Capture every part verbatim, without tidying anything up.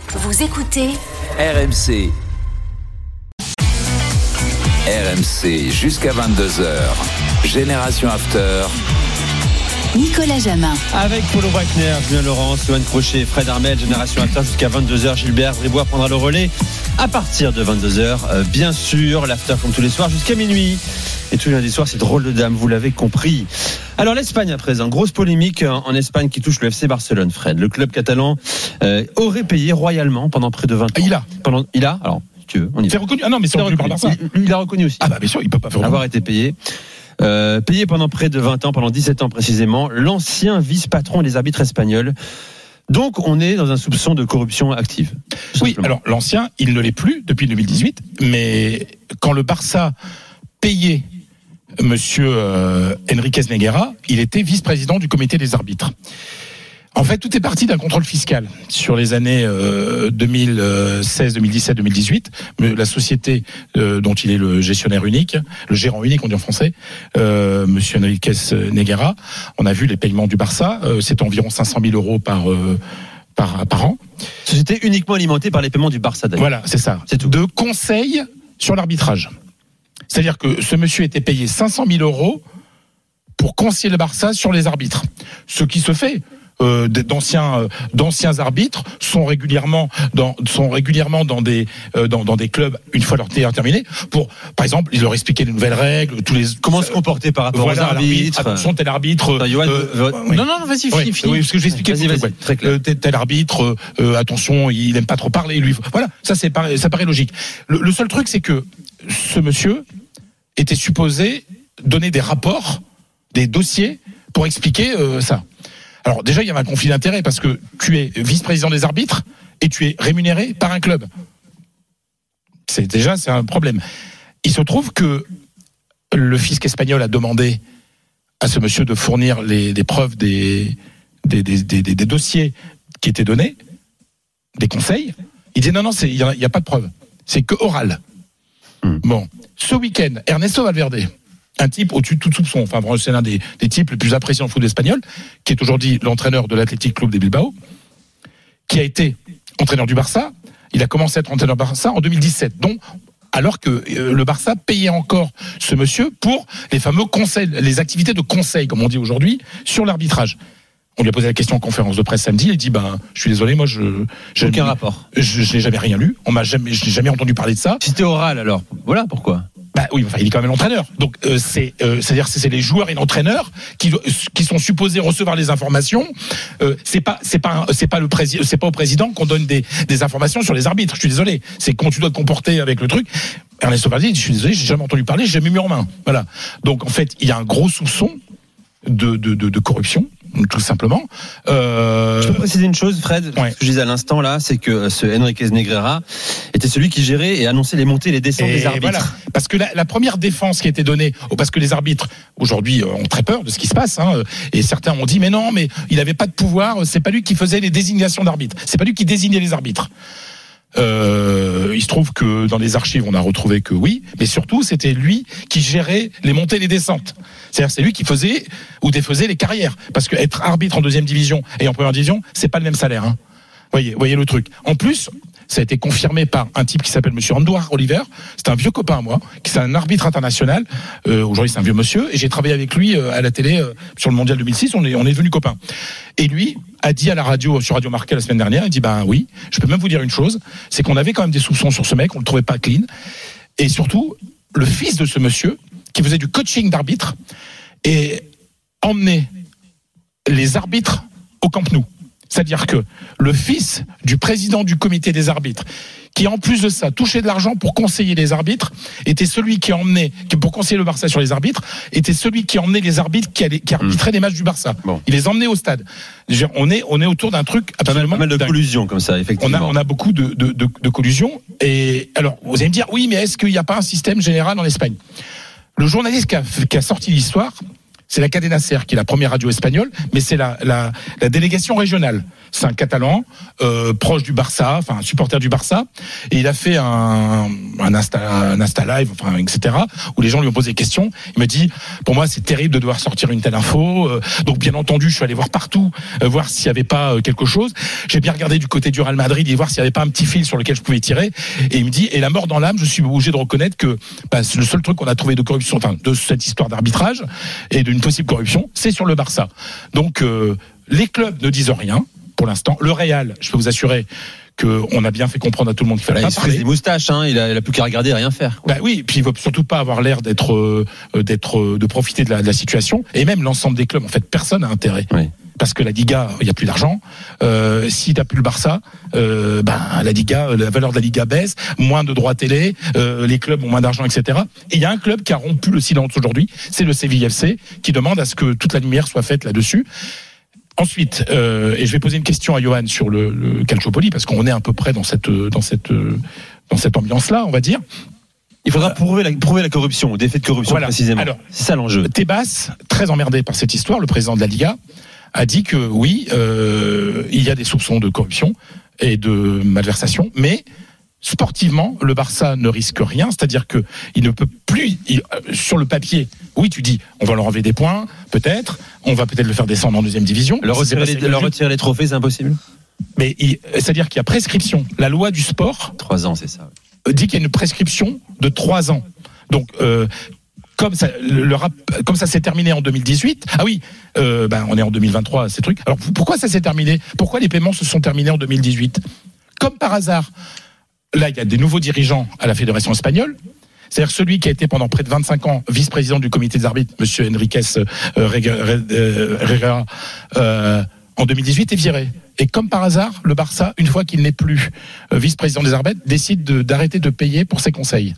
Vous écoutez R M C. R M C jusqu'à vingt-deux heures. Génération After. Nicolas Jamin. Avec Paulo Wagner, Julien Laurence, Johan Crochet, Fred Armel, Génération After jusqu'à vingt-deux heures. Gilbert Bribois prendra le relais à partir de vingt-deux heures. Euh, bien sûr, l'After comme tous les soirs jusqu'à minuit. Et tous les lundis soirs, c'est drôle de dame, vous l'avez compris. Alors l'Espagne à présent, grosse polémique en Espagne qui touche le F C Barcelone, Fred. Le club catalan euh, aurait payé royalement pendant près de vingt ans. Ah, il a pendant, Il a Alors, si tu veux, on y va. C'est reconnu. Ah non, mais c'est reconnu par Barça. Il, il a reconnu aussi. Ah bah bien sûr, il peut pas faire avoir été payé. Euh, payé pendant près de vingt ans, pendant dix-sept ans précisément, l'ancien vice-patron des arbitres espagnols. Donc on est dans un soupçon de corruption active. Oui, alors l'ancien, il ne l'est plus depuis deux mille dix-huit, mais quand le Barça payait Monsieur euh, Enriquez Negreira, il était vice-président du comité des arbitres. En fait, tout est parti d'un contrôle fiscal sur les années euh, deux mille seize, deux mille dix-sept, deux mille dix-huit. La société euh, dont il est le gestionnaire unique, le gérant unique, on dit en français, euh, Monsieur Enriquez Negreira, on a vu les paiements du Barça, euh, c'est environ cinq cent mille euros par euh, par par an. Société uniquement alimentée par les paiements du Barça d'ailleurs. Voilà, c'est ça. C'est tout. De conseils sur l'arbitrage. C'est-à-dire que ce monsieur était payé cinq cent mille euros pour conseiller le Barça sur les arbitres. Ce qui se fait. Euh, d'anciens euh, d'anciens arbitres sont régulièrement dans sont régulièrement dans des euh, dans dans des clubs une fois leur terrain terminé pour par exemple ils leur expliquaient les nouvelles règles tous les comment se comporter par rapport voilà, aux arbitres attention tel arbitre enfin, Yoann, euh, euh, oui. non non vas-y ouais, fini oui parce que je vais expliquer vas-y, vas-y, ouais. très clair. euh, tel, tel arbitre euh, attention il aime pas trop parler lui voilà ça c'est ça paraît logique le, le seul truc c'est que ce monsieur était supposé donner des rapports des dossiers pour expliquer euh, ça. Alors déjà, il y avait un conflit d'intérêts parce que tu es vice-président des arbitres et tu es rémunéré par un club. C'est déjà c'est un problème. Il se trouve que le fisc espagnol a demandé à ce monsieur de fournir les, les preuves des des, des, des, des dossiers qui étaient donnés, des conseils. Il dit non non, il n'y a, a pas de preuves, c'est que oral. Hum. Bon, ce week-end, Ernesto Valverde, un type au-dessus de tout soupçon, enfin c'est l'un des, des types les plus appréciés dans le foot espagnol, qui est aujourd'hui l'entraîneur de l'Athletic Club de Bilbao, qui a été entraîneur du Barça. Il a commencé à être entraîneur du Barça en deux mille dix-sept, donc alors que euh, le Barça payait encore ce monsieur pour les fameux conseils, les activités de conseil, comme on dit aujourd'hui, sur l'arbitrage. On lui a posé la question en conférence de presse samedi. Il dit ben, je suis désolé, moi je. J'ai aucun rapport. Je, je n'ai jamais rien lu. On m'a jamais, je n'ai jamais entendu parler de ça. C'était oral alors. Voilà pourquoi. Bah oui, enfin, il est quand même l'entraîneur. Donc euh, c'est, euh, c'est-à-dire c'est, c'est les joueurs et l'entraîneur qui qui sont supposés recevoir les informations. Euh, c'est pas c'est pas c'est pas le président, c'est pas au président qu'on donne des des informations sur les arbitres. Je suis désolé. C'est quand tu dois te comporter avec le truc. Ernesto Valverde, je suis désolé, j'ai jamais entendu parler, j'ai jamais mis en main. Voilà. Donc en fait, il y a un gros soupçon de de de, de corruption. Tout simplement. Euh... Je peux préciser une chose, Fred. Ouais. Ce que je disais à l'instant là, c'est que ce Enriquez Negreira était celui qui gérait et annonçait les montées et les descentes et des arbitres. Voilà. Parce que la, la première défense qui a été donnée, parce que les arbitres aujourd'hui ont très peur de ce qui se passe, hein, et certains ont dit mais non, mais il n'avait pas de pouvoir, c'est pas lui qui faisait les désignations d'arbitres, c'est pas lui qui désignait les arbitres. Euh, il se trouve que dans les archives on a retrouvé que oui, mais surtout c'était lui qui gérait les montées et les descentes. C'est-à-dire c'est lui qui faisait ou défaisait les carrières, parce que être arbitre en deuxième division et en première division, c'est pas le même salaire. Hein. Voyez, voyez le truc. En plus, ça a été confirmé par un type qui s'appelle Monsieur Andouar Oliver. C'est un vieux copain à moi, qui est un arbitre international. Euh, aujourd'hui, c'est un vieux monsieur, et j'ai travaillé avec lui euh, à la télé euh, sur le Mondial deux mille six. On est, on est devenus copains. Et lui a dit à la radio, sur Radio Marca la semaine dernière, il dit ben oui, je peux même vous dire une chose, c'est qu'on avait quand même des soupçons sur ce mec, on le trouvait pas clean, et surtout le fils de ce monsieur qui faisait du coaching d'arbitre et emmenait les arbitres au Camp Nou. C'est-à-dire que le fils du président du comité des arbitres, qui en plus de ça touchait de l'argent pour conseiller les arbitres, était celui qui emmenait, pour conseiller le Barça sur les arbitres, était celui qui emmenait les arbitres qui, allaient, qui arbitraient mmh. les matchs du Barça. Bon. Il les emmenait au stade. On est, on est autour d'un truc absolument... Pas mal, pas mal de collusion comme ça, effectivement. On a, on a beaucoup de, de, de, de collusion. Et alors, vous allez me dire, oui, mais est-ce qu'il n'y a pas un système général en Espagne ? Le journaliste qui a, qui a sorti l'histoire, c'est la Cadena Ser, qui est la première radio espagnole, mais c'est la, la, la délégation régionale. C'est un Catalan, euh, proche du Barça, enfin un supporter du Barça, et il a fait un, un Insta, un Insta Live, enfin, et cetera, où les gens lui ont posé des questions. Il me dit, pour moi, c'est terrible de devoir sortir une telle info. Euh, donc, bien entendu, je suis allé voir partout, euh, voir s'il y avait pas euh, quelque chose. J'ai bien regardé du côté du Real Madrid et voir s'il y avait pas un petit fil sur lequel je pouvais tirer. Et il me dit, et la mort dans l'âme, je suis obligé de reconnaître que bah, le seul truc qu'on a trouvé de corruption, enfin, de cette histoire d'arbitrage et d'une possible corruption, c'est sur le Barça. Donc, euh, les clubs ne disent rien pour l'instant. Le Real, je peux vous assurer qu'on a bien fait comprendre à tout le monde qu'il fallait là, pas il se parler. fait des moustaches, hein. il, a, il a plus qu'à regarder et rien faire. Bah oui, puis il veut surtout pas avoir l'air d'être, euh, d'être, euh, de profiter de la, de la situation. Et même l'ensemble des clubs, en fait, personne n'a intérêt. Oui. Parce que la Liga, il y a plus d'argent. Euh, si t'as plus le Barça, euh, ben la Liga, la valeur de la Liga baisse, moins de droits télé, euh, les clubs ont moins d'argent, et cetera. Et il y a un club qui a rompu le silence aujourd'hui, c'est le Séville F C, qui demande à ce que toute la lumière soit faite là-dessus. Ensuite, euh, et je vais poser une question à Johan sur le, le Calciopoli, parce qu'on est à peu près dans cette, dans cette, dans cette ambiance-là, on va dire. Il faudra prouver la, prouver la corruption, des faits de corruption Voilà. précisément. Alors, c'est ça l'enjeu. Tebas, très emmerdé par cette histoire, le président de la Liga, a dit que oui, euh, il y a des soupçons de corruption et de malversation, mais sportivement, le Barça ne risque rien, c'est-à-dire que il ne peut plus, il, sur le papier, oui, tu dis, on va leur enlever des points, peut-être, on va peut-être le faire descendre en deuxième division. Leur retirer, les, leur retirer les trophées, c'est impossible. Mais il, c'est-à-dire qu'il y a prescription. La loi du sport, trois ans, c'est ça. dit qu'il y a une prescription de trois ans. Donc, euh, Comme ça, le, le rap, comme ça s'est terminé en deux mille dix-huit. Ah oui, euh, ben on est en deux mille vingt-trois, ces trucs. Alors pourquoi ça s'est terminé ? Pourquoi les paiements se sont terminés en deux mille dix-huit ? Comme par hasard, là il y a des nouveaux dirigeants à la fédération espagnole. C'est-à-dire celui qui a été pendant près de vingt-cinq ans vice-président du comité des arbitres, Monsieur Enriquez euh, Herrera, euh, en deux mille dix-huit est viré. Et comme par hasard, le Barça, une fois qu'il n'est plus euh, vice-président des arbitres, décide de, d'arrêter de payer pour ses conseils.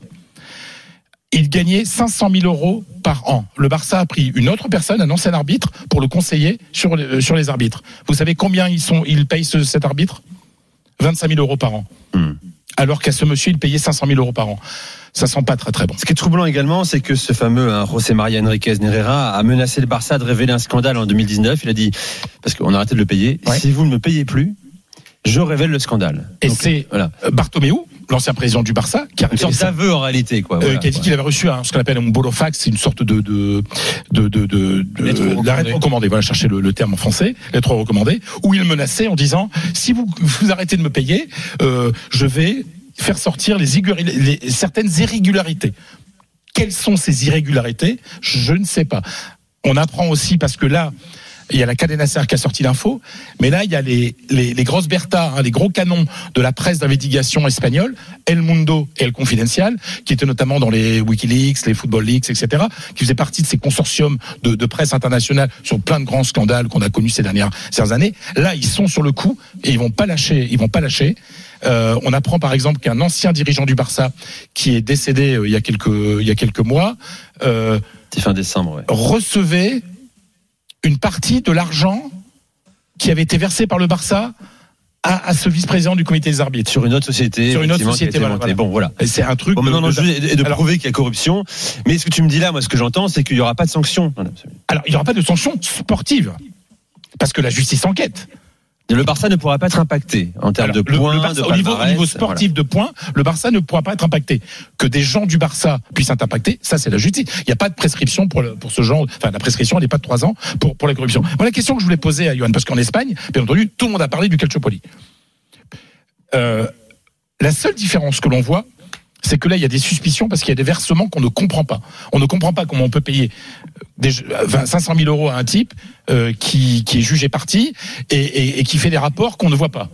Il gagnait cinq cent mille euros par an. Le Barça a pris une autre personne, un ancien arbitre, pour le conseiller sur les, euh, sur les arbitres. Vous savez combien ils sont, ils payent ce, cet arbitre ? vingt-cinq mille euros par an. Mmh. Alors qu'à ce monsieur, il payait cinq cent mille euros par an. Ça sent pas très très bon. Ce qui est troublant également, c'est que ce fameux hein, José María Enriquez Herrera a menacé le Barça de révéler un scandale en deux mille dix-neuf. Il a dit, parce qu'on a arrêté de le payer, ouais. Si vous ne me payez plus, je révèle le scandale. Et donc, c'est voilà. Bartomeu, l'ancien président du Barça, qui a une sorte d'aveu en réalité, quoi. Voilà, euh, qui a dit ouais. qu'il avait reçu un, ce qu'on appelle un bolofax, c'est une sorte de de de de, de, de lettre recommandée. recommandée. Voilà, chercher le, le terme en français, lettre recommandée, où il menaçait en disant si vous vous arrêtez de me payer, euh, je vais faire sortir les, les, les certaines irrégularités. Quelles sont ces irrégularités ? Je ne sais pas. On apprend aussi parce que là. Il y a la Cadena Ser qui a sorti l'info, mais là il y a les les, les grosses Bertha, hein, les gros canons de la presse d'investigation espagnole, El Mundo et El Confidencial, qui étaient notamment dans les WikiLeaks, les Football Leaks, et cetera, qui faisaient partie de ces consortiums de, de presse internationale sur plein de grands scandales qu'on a connus ces dernières, ces dernières années. Là ils sont sur le coup et ils vont pas lâcher, ils vont pas lâcher. Euh, on apprend par exemple qu'un ancien dirigeant du Barça qui est décédé euh, il y a quelques il y a quelques mois, euh, c'est fin décembre, ouais. recevait une partie de l'argent qui avait été versé par le Barça à, à ce vice-président du comité des arbitres. Sur une autre société. Sur une autre société, voilà, voilà. Bon, voilà. Et c'est un truc. Bon, maintenant, l'enjeu est de, de alors, prouver qu'il y a corruption. Mais ce que tu me dis là, moi, ce que j'entends, c'est qu'il n'y aura pas de sanctions. Alors, il n'y aura pas de sanctions sportives. Parce que la justice enquête. Le Barça ne pourra pas être impacté en termes Alors, de points, le, le Barça, de au, niveau, au niveau sportif voilà. de points, le Barça ne pourra pas être impacté. Que des gens du Barça puissent être impactés, ça c'est la justice. Il n'y a pas de prescription pour, le, pour ce genre. Enfin, la prescription elle n'est pas de trois ans pour, pour la corruption. Moi, la question que je voulais poser à Johan, parce qu'en Espagne, bien entendu, tout le monde a parlé du Calciopoli. Euh, la seule différence que l'on voit, c'est que là, il y a des suspicions parce qu'il y a des versements qu'on ne comprend pas. On ne comprend pas comment on peut payer des, cinq cent mille euros à un type euh, qui, qui est jugé parti et, et, et qui fait des rapports qu'on ne voit pas.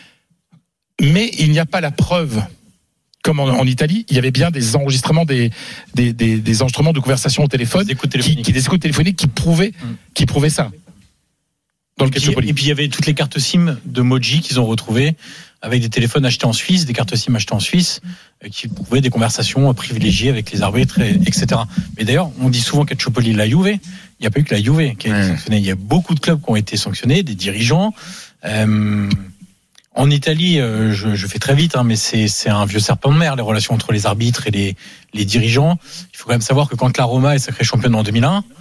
Mais il n'y a pas la preuve. Comme en, en Italie, il y avait bien des enregistrements, des, des, des, des enregistrements de conversations au téléphone, des écoutes téléphoniques qui, qui, des écoutes téléphoniques qui prouvaient, mmh. qui prouvaient ça. Dans le et, puis, et puis il y avait toutes les cartes SIM de Moji qu'ils ont retrouvées avec des téléphones achetés en Suisse, des cartes SIM achetées en Suisse, qui prouvaient des conversations privilégiées avec les arbitres, et, etc. Mais d'ailleurs, on dit souvent Calciopoli la Juve. Il n'y a pas eu que la Juve qui a été sanctionnée. Il y a beaucoup de clubs qui ont été sanctionnés, des dirigeants. Euh, en Italie, euh, je, je fais très vite, hein, mais c'est, c'est un vieux serpent de mer, les relations entre les arbitres et les, les dirigeants. Il faut quand même savoir que quand la Roma est sacrée championne en deux mille un,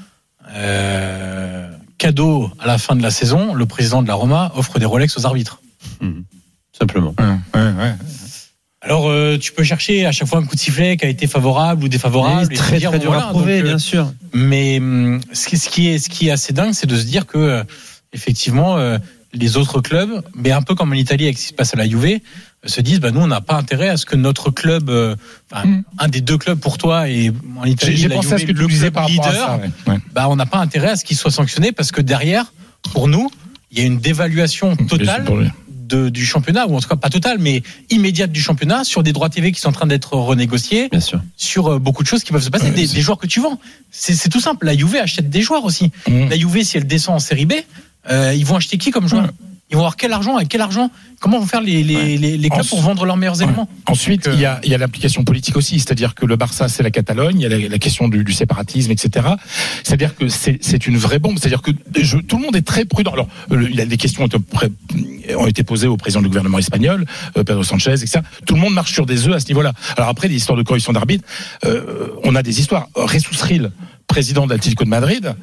euh, cadeau à la fin de la saison, le président de la Roma offre des Rolex aux arbitres. Mmh. Simplement. Ouais, ouais, ouais. Alors, euh, euh, tu peux chercher à chaque fois un coup de sifflet qui a été favorable ou défavorable. C'est très, dire, très bon, dur voilà, à prouver, donc, euh, bien sûr. Mais hum, ce qui, ce qui est, ce qui est assez dingue, c'est de se dire que euh, effectivement, euh, les autres clubs, mais un peu comme en Italie avec ce qui se passe à la Juve, se disent bah nous on n'a pas intérêt à ce que notre club, euh, enfin, mm. un des deux clubs pour toi et en Italie, j'ai, j'ai la pensé Juve, à ce que le tu disais club par rapport leader, à ça, ouais. Ouais. Bah on n'a pas intérêt à ce qu'il soit sanctionné parce que derrière, pour nous, il y a une dévaluation totale de, du championnat, ou en tout cas pas totale, mais immédiate du championnat sur des droits T V qui sont en train d'être renégociés, bien sûr, sur euh, beaucoup de choses qui peuvent se passer, ouais, des, des joueurs que tu vends. C'est, c'est tout simple. La Juve achète des joueurs aussi. Mm. La Juve, si elle descend en série B, euh, ils vont acheter qui comme joueur? Mm. Ils vont avoir quel argent, avec quel argent? Comment vont faire les, les, ouais. les, les clubs pour vendre leurs meilleurs ouais. éléments? Ensuite, il y a, il y a l'application politique aussi, c'est-à-dire que le Barça, c'est la Catalogne, il y a la, la question du, du séparatisme, et cetera. C'est-à-dire que c'est, c'est une vraie bombe. C'est-à-dire que je, tout le monde est très prudent. Alors, le, il y a des questions ont été, ont été posées au président du gouvernement espagnol, euh, Pedro Sanchez, et cetera. Tout le monde marche sur des œufs à ce niveau-là. Alors après, des histoires de corruption d'arbitre, euh, on a des histoires. Jesus Ril, président de l'Atlético de Madrid,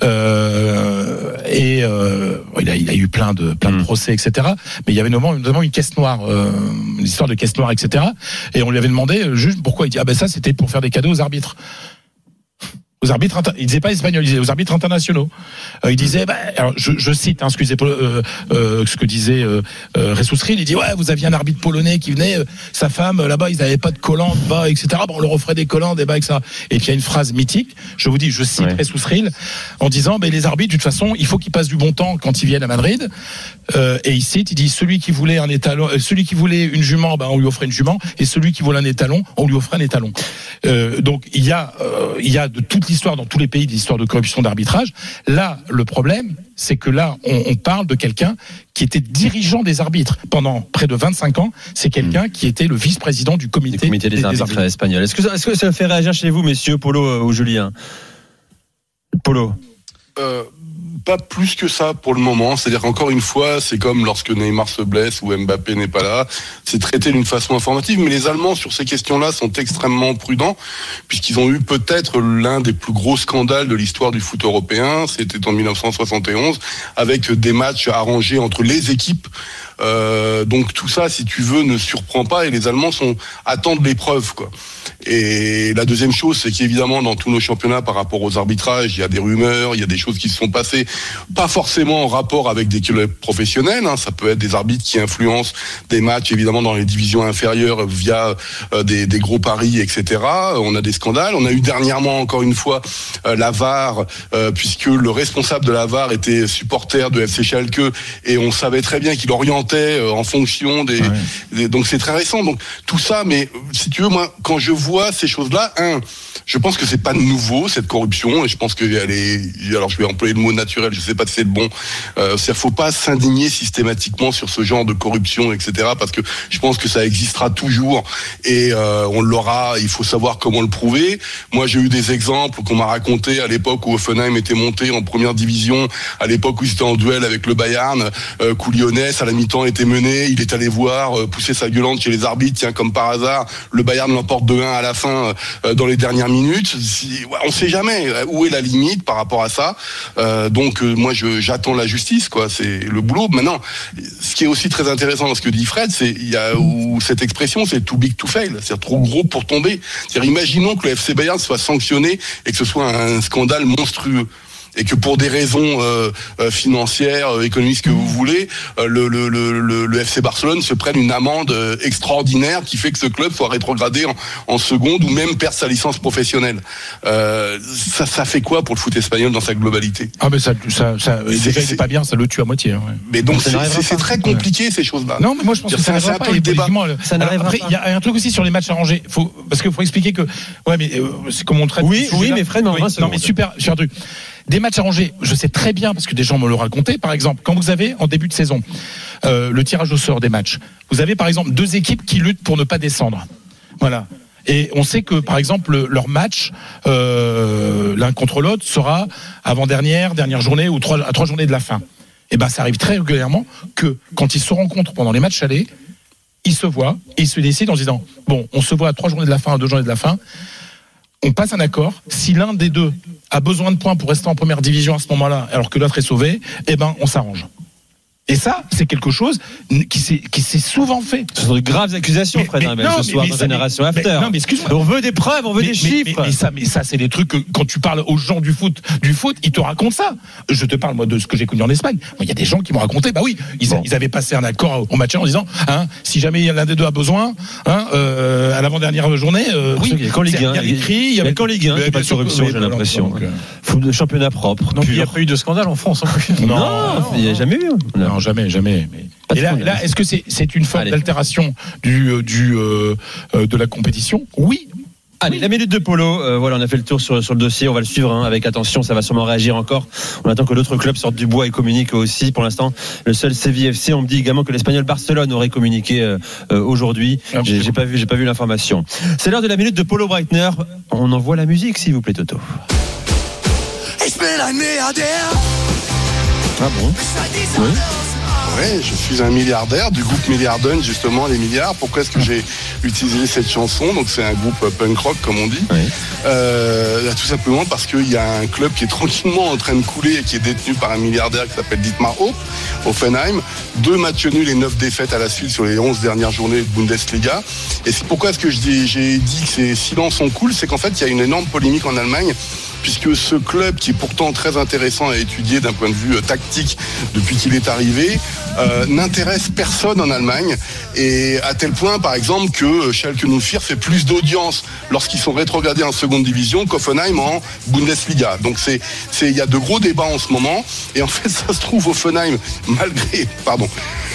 euh, et euh, il, a, il a eu plein de plein de procès, et cetera. Mais il y avait notamment, notamment une caisse noire, euh, une histoire de caisse noire, et cetera. Et on lui avait demandé juste pourquoi. Il dit ah ben ça c'était pour faire des cadeaux aux arbitres. Aux arbitres, inter... il disait pas espagnol, il disait aux arbitres internationaux. Euh, il disait, bah, alors je, je cite, hein, excusez euh, euh, ce que disait euh, euh, Jesus Ril, il dit ouais, vous aviez un arbitre polonais qui venait, euh, sa femme là-bas, ils n'avaient pas de collants, bas, et cetera. Bon, on leur offrait des collants, des bas, et cetera. Et puis il y a une phrase mythique, je vous dis, je cite ouais. Jesus Ril, en disant, ben bah, les arbitres, de toute façon, il faut qu'ils passent du bon temps quand ils viennent à Madrid. Euh, et il cite, il dit, celui qui voulait un étalon, euh, celui qui voulait une jument, ben bah, on lui offrait une jument, et celui qui voulait un étalon, on lui offrait un étalon. Euh, donc il y a, euh, il y a de toute l'histoire dans tous les pays d'histoire de corruption d'arbitrage. Là, le problème, c'est que là, on, on parle de quelqu'un qui était dirigeant des arbitres pendant près de vingt-cinq ans. C'est quelqu'un mmh. qui était le vice-président du comité, du comité des, des arbitres, arbitres espagnols. Est-ce que, ça, est-ce que ça fait réagir chez vous, messieurs, Polo ou Julien? Polo. Euh... Pas plus que ça pour le moment. C'est-à-dire qu'encore une fois, c'est comme lorsque Neymar se blesse ou Mbappé n'est pas là. C'est traité d'une façon informative. Mais les Allemands, sur ces questions-là, sont extrêmement prudents puisqu'ils ont eu peut-être l'un des plus gros scandales de l'histoire du foot européen. C'était en dix-neuf cent soixante et onze avec des matchs arrangés entre les équipes. Euh, donc tout ça, si tu veux, ne surprend pas et les Allemands sont attendent l'épreuve, quoi. Et la deuxième chose, c'est qu'évidemment, dans tous nos championnats, par rapport aux arbitrages, il y a des rumeurs, il y a des choses qui se sont passées, pas forcément en rapport avec des clubs professionnels. Hein. Ça peut être des arbitres qui influencent des matchs, évidemment, dans les divisions inférieures via euh, des, des gros paris, et cetera. On a des scandales. On a eu dernièrement, encore une fois, euh, la V A R, euh, puisque le responsable de la V A R était supporter de F C Schalke et on savait très bien qu'il orientait euh, en fonction des, ouais. des... Donc c'est très récent. Donc tout ça, mais si tu veux, moi, quand je vois ces choses-là, un, je pense que c'est pas nouveau cette corruption et je pense qu'elle est, alors je vais employer le mot naturel, je sais pas si c'est le bon, euh, c'est faut pas s'indigner systématiquement sur ce genre de corruption, et cetera. Parce que je pense que ça existera toujours et euh, on l'aura. Il faut savoir comment le prouver. Moi, j'ai eu des exemples qu'on m'a raconté à l'époque où Hoffenheim était monté en première division, à l'époque où il était en duel avec le Bayern, euh, Kouliones à la mi-temps était mené, il est allé voir euh, pousser sa gueulante chez les arbitres, tiens comme par hasard, le Bayern l'emporte deux un à la fin euh, dans les dernières minutes. Si, ouais, on sait jamais où est la limite par rapport à ça. Euh, donc euh, moi je, j'attends la justice, quoi. C'est le boulot. Maintenant, ce qui est aussi très intéressant dans ce que dit Fred, c'est il y a où cette expression, c'est too big to fail, c'est trop gros pour tomber. C'est-à-dire, imaginons que le F C Bayern soit sanctionné et que ce soit un scandale monstrueux. Et que pour des raisons euh, financières, euh, économiques, que vous voulez, euh, le, le, le, le F C Barcelone se prenne une amende euh, extraordinaire qui fait que ce club soit rétrogradé en, en seconde ou même perde sa licence professionnelle. Euh, ça, ça fait quoi pour le foot espagnol dans sa globalité? Ah mais ça, ça, ça c'est, c'est, c'est pas bien, ça le tue à moitié. Ouais. Mais donc c'est, c'est, c'est très compliqué ouais. ces choses-là. Non, mais moi je pense que ça n'arrivera pas. Le débat. Ça n'arrivera après, il y a un truc aussi sur les matchs arrangés. Faut, parce qu'il faut expliquer que, ouais, mais euh, c'est comme on traite. Oui, oui, mais Fred, non, oui, non, mais super, super truc. Des matchs arrangés, je sais très bien, parce que des gens me l'ont raconté, par exemple, quand vous avez, en début de saison, euh, le tirage au sort des matchs, vous avez par exemple deux équipes qui luttent pour ne pas descendre. Voilà. Et on sait que, par exemple, leur match, euh, l'un contre l'autre, sera avant-dernière, dernière journée, ou trois, à trois journées de la fin. Et ben, ça arrive très régulièrement que, quand ils se rencontrent pendant les matchs allés, ils se voient, et ils se décident en se disant, bon, on se voit à trois journées de la fin, à deux journées de la fin, on passe un accord. Si l'un des deux a besoin de points pour rester en première division à ce moment-là, alors que l'autre est sauvé, eh ben on s'arrange. Et ça, c'est quelque chose qui s'est, qui s'est souvent fait. Ce sont de graves accusations, Fred Hermel, ce soir dans Génération mais, After. Mais, non, mais excuse-moi. On veut des preuves, on veut mais, des mais, chiffres. Mais, mais, ça, mais ça, c'est des trucs que quand tu parles aux gens du foot, du foot, ils te racontent ça. Je te parle, moi, de ce que j'ai connu en Espagne. Il y a des gens qui m'ont raconté, bah oui, ils, bon. ils avaient passé un accord au match en disant, hein, si jamais l'un des deux a besoin, hein, euh, à l'avant-dernière journée, euh, oui, il y a qu'en Ligue un, il y a l'écrit, il y a qu'en Ligue un, il n'y a pas de corruption, j'ai l'impression. De championnat propre. Donc il n'y a pas eu de scandale en France en plus. Non, il n'y a jamais eu. Non, jamais, jamais. Et là, là, est-ce que c'est, c'est une forme Allez. d'altération du, du, euh, de la compétition ? Oui. Allez, oui. La minute de Polo, euh, voilà, on a fait le tour sur, sur le dossier, on va le suivre hein, avec attention, ça va sûrement réagir encore. On attend que d'autres clubs sortent du bois et communiquent aussi. Pour l'instant, le seul Séville F C, on me dit également que l'Espagnol Barcelone aurait communiqué euh, euh, aujourd'hui. Ah, j'ai, j'ai pas vu, j'ai pas vu l'information. C'est l'heure de la minute de Polo Breitner. On envoie la musique, s'il vous plaît, Toto. Ah bon ? Oui. Ouais, je suis un milliardaire du groupe Milliarden, justement, les milliards. Pourquoi est-ce que j'ai utilisé cette chanson ? Donc c'est un groupe punk rock, comme on dit. Oui. Euh, tout simplement parce qu'il y a un club qui est tranquillement en train de couler et qui est détenu par un milliardaire qui s'appelle Dietmar Hopp, Hoffenheim. Deux matchs nuls et neuf défaites à la suite sur les onze dernières journées de Bundesliga. Et c'est pourquoi est-ce que je dis, j'ai dit que ces silences sont cool, c'est qu'en fait, il y a une énorme polémique en Allemagne, puisque ce club, qui est pourtant très intéressant à étudier d'un point de vue euh, tactique depuis qu'il est arrivé, euh, n'intéresse personne en Allemagne, et à tel point, par exemple, que Schalke null vier fait plus d'audience lorsqu'ils sont rétrogradés en seconde division qu'Offenheim en Bundesliga. Donc c'est, c'est, il y a de gros débats en ce moment, et en fait, ça se trouve, Hoffenheim, malgré, pardon,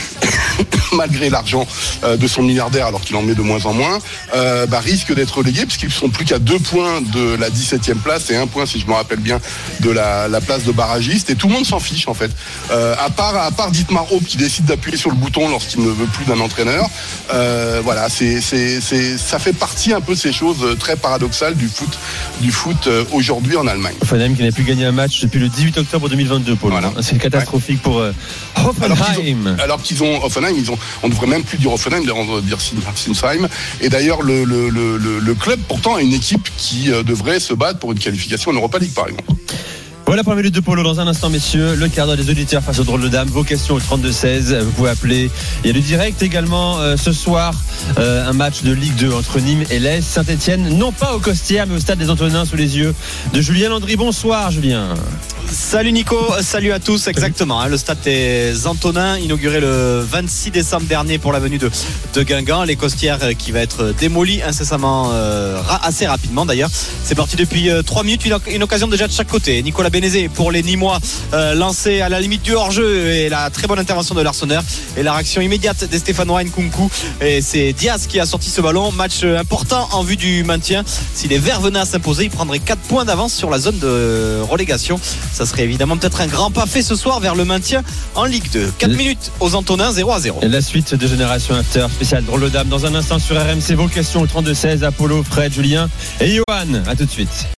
malgré l'argent euh, de son milliardaire, alors qu'il en met de moins en moins, euh, bah, risque d'être relégué, puisqu'ils sont plus qu'à deux points de la dix-septième place et un point, si je me rappelle bien, de la, la place de barragiste, et tout le monde s'en fiche en fait. Euh, à part à part Dietmar Hopp qui décide d'appuyer sur le bouton lorsqu'il ne veut plus d'un entraîneur. Euh, voilà, c'est, c'est, c'est, ça fait partie un peu de ces choses très paradoxales du foot, du foot euh, aujourd'hui en Allemagne. Hoffenheim qui n'a plus gagné un match depuis le dix-huit octobre deux mille vingt-deux, Paul. Voilà. C'est catastrophique ouais. pour euh, Hoffenheim. Alors qu'ils ont, alors qu'ils ont Hoffenheim, ils ont, on ne devrait même plus dire Hoffenheim, on devrait dire Sinsheim. Et d'ailleurs, le, le, le, le club pourtant a une équipe qui euh, devrait se battre pour une qualification en Europa League, par exemple. Voilà pour la minute de Polo. Dans un instant, messieurs, le quart d'heure des auditeurs face aux drôles de dames. Vos questions au trente-deux seize, vous pouvez appeler. Il y a du direct également euh, ce soir, euh, un match de Ligue deux entre Nîmes et l'A S Saint-Etienne, non pas au Costières mais au stade des Antonins, sous les yeux de Julien Landry. Bonsoir Julien. Salut Nico, salut à tous, exactement, hein, le stade des Antonins, inauguré le vingt-six décembre dernier pour la venue de, de Guingamp, les Costières euh, qui va être démoli incessamment, euh, assez rapidement d'ailleurs. C'est parti depuis euh, trois minutes, une, une occasion déjà de chaque côté. Nicolas Bénézé pour les Nîmois, euh, lancé à la limite du hors-jeu, et la très bonne intervention de Larsonneur et la réaction immédiate des Stéphanois Nkunku, et c'est Diaz qui a sorti ce ballon. Match important en vue du maintien. Si les Verts venaient à s'imposer, ils prendraient quatre points d'avance sur la zone de relégation. Ça serait évidemment peut-être un grand pas fait ce soir vers le maintien en Ligue deux. quatre minutes aux Antonins, zéro à zéro. Et la suite de Génération After, spécial drôle de dame dans un instant sur R M C. Vos questions au trente-deux seize, Apollo, Fred, Julien et Johan. À tout de suite.